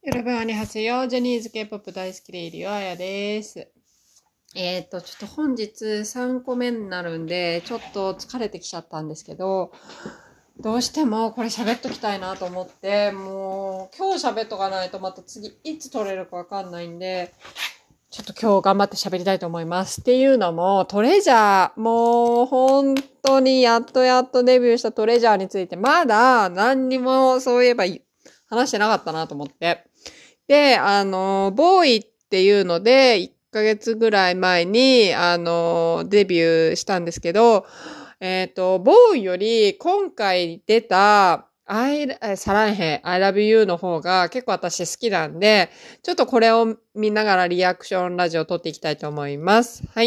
여러분 안녕하세요。ジャニーズ K-POP 大好きレイディオあやです。ちょっと本日3個目になるんで、ちょっと疲れてきちゃったんですけど、どうしてもこれ喋っときたいなと思って、もう今日喋っとかないとまた次いつ撮れるかわかんないんで、ちょっと今日頑張って喋りたいと思います。っていうのも、トレジャー、もう本当にやっとデビューしたトレジャーについてまだ何にもそういえば話してなかったなと思って。で、ボーイっていうので、1ヶ月ぐらい前に、デビューしたんですけど、ボーイより今回出た、サランヘ、I love you の方が結構私好きなんで、ちょっとこれを見ながらリアクションラジオを撮っていきたいと思います。はい。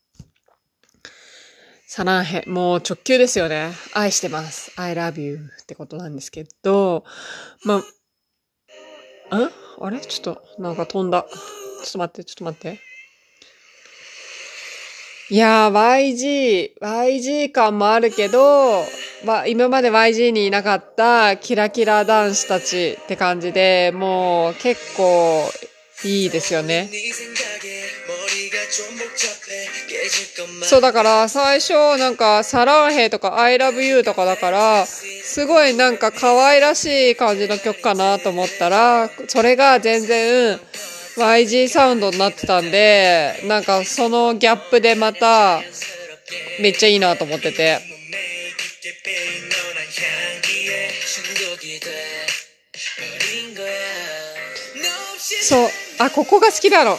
サランヘ、もう直球ですよね。愛してます。I love you ってことなんですけど、あれちょっと、なんか飛んだ。ちょっと待って。いやー、YG 感もあるけど、今まで YG にいなかったキラキラ男子たちって感じで、もう結構いいですよね。そうだから最初なんかサランヘとか I love you とかだから、すごいなんか可愛らしい感じの曲かなと思ったら、それが全然YG サウンドになってたんで、なんかそのギャップでまためっちゃいいなと思ってて。そう。あ、ここが好きなの。うん。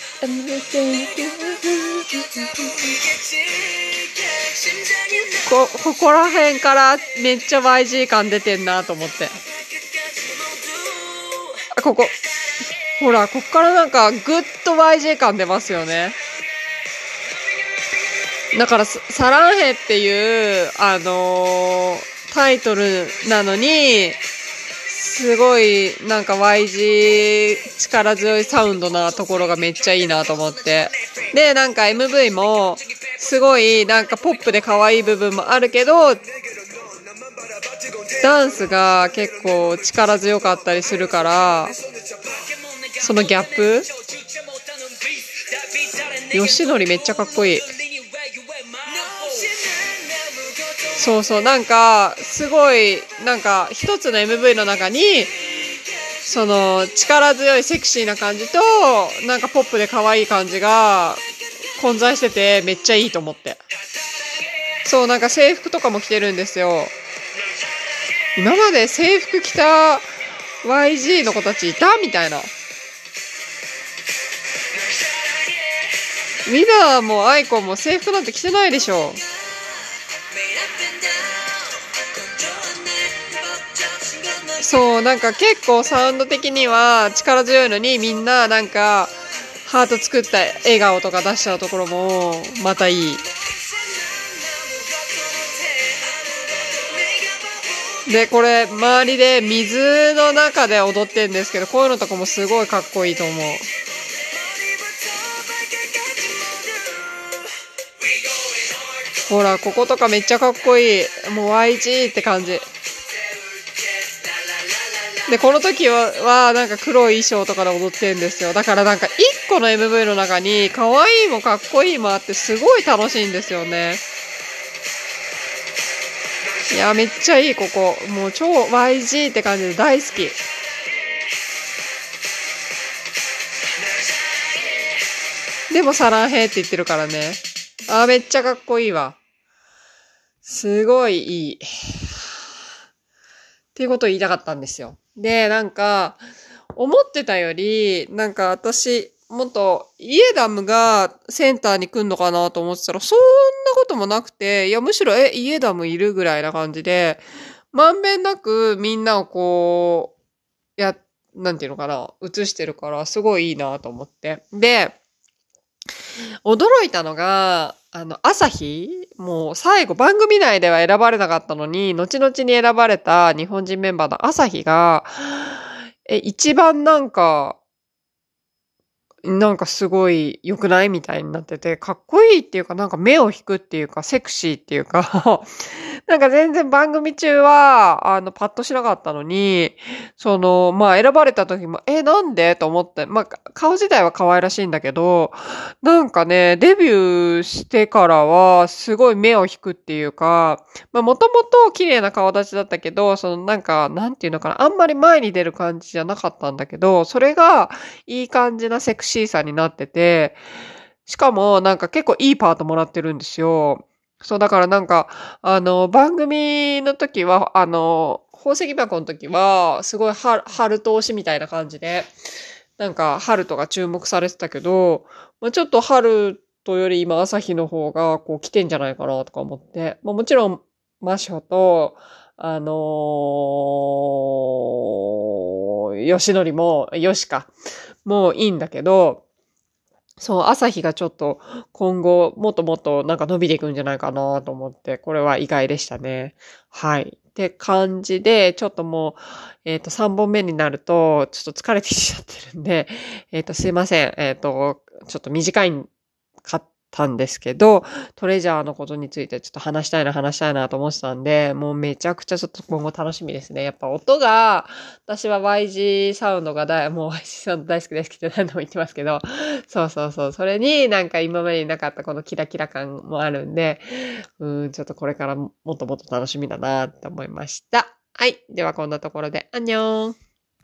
ここら辺からめっちゃ YG 感出てんなと思って。あ、ここ。ほら、こっからなんかぐっと YG 感出ますよね。だからサランヘっていうタイトルなのにすごいなんか YG 力強いサウンドなところがめっちゃいいなと思って、でなんか MV もすごいなんかポップで可愛い部分もあるけどダンスが結構力強かったりするから、そのギャップ、吉典めっちゃかっこいい。そうそう、なんかすごいなんか一つの MV の中にその力強いセクシーな感じとなんかポップで可愛い感じが混在しててめっちゃいいと思って。そう、なんか制服とかも着てるんですよ。今まで制服着た YG の子たちいたみたいな。ミラーもアイコンも制服なんて着てないでしょ。そう、なんか結構サウンド的には力強いのにみんななんかハート作った笑顔とか出しちゃうところもまたいい。で、これ周りで水の中で踊ってんですけど、こういうのとかもすごいかっこいいと思う。ほら、こことかめっちゃかっこいい。もう YG って感じ。で、この時はなんか黒い衣装とかで踊ってんですよ。だからなんか一個の MV の中に可愛いもかっこいいもあってすごい楽しいんですよね。いや、めっちゃいい、ここ。もう超 YG って感じで大好き。でもサランヘって言ってるからね。あ、めっちゃかっこいいわ。すごいいい。っていうことを言いたかったんですよ。で、なんか、思ってたより、なんか私、もっとイエダムがセンターに来んのかなと思ってたら、そんなこともなくて、いや、むしろ、イエダムいるぐらいな感じで、まんべんなくみんなをこう、なんていうのかな、映してるから、すごいいいなと思って。で、驚いたのが、朝日もう最後番組内では選ばれなかったのに、後々に選ばれた日本人メンバーの朝日が、一番なんか、 なんかすごい良くないみたいになってて、かっこいいっていうか、なんか目を引くっていうか、セクシーっていうかなんか全然番組中は、パッとしなかったのに、まあ選ばれた時も、なんでと思って、まあ顔自体は可愛らしいんだけど、なんかね、デビューしてからは、すごい目を引くっていうか、まあもともと綺麗な顔立ちだったけど、なんか、なんていうのかな、あんまり前に出る感じじゃなかったんだけど、それが、いい感じなセクシーさになってて、しかもなんか結構いいパートもらってるんですよ。そう、だからなんか、番組の時は、宝石箱の時は、すごい春通しみたいな感じで、なんか、春とか注目されてたけど、まあ、ちょっと春とより今、朝日の方が、こう、来てんじゃないかなとか思って、まあ、もちろん、マシホと、よしのりも、よしか、もういいんだけど、そう、朝日がちょっと今後もっともっとなんか伸びていくんじゃないかなと思って、これは意外でしたね。はい。って感じで、ちょっともう、3本目になると、ちょっと疲れてきちゃってるんで、すいません。ちょっと短いかったんですけど、トレジャーのことについてちょっと話したいなと思ってたんで、もうめちゃくちゃちょっと今後楽しみですね。やっぱ音が、私は YG サウンドがもう YG サウンド大好き大好きって何度も言ってますけど、そうそうそう。それになんか今までになかったこのキラキラ感もあるんで、ちょっとこれからもっともっと楽しみだなって思いました。はい。ではこんなところで、アンニョン。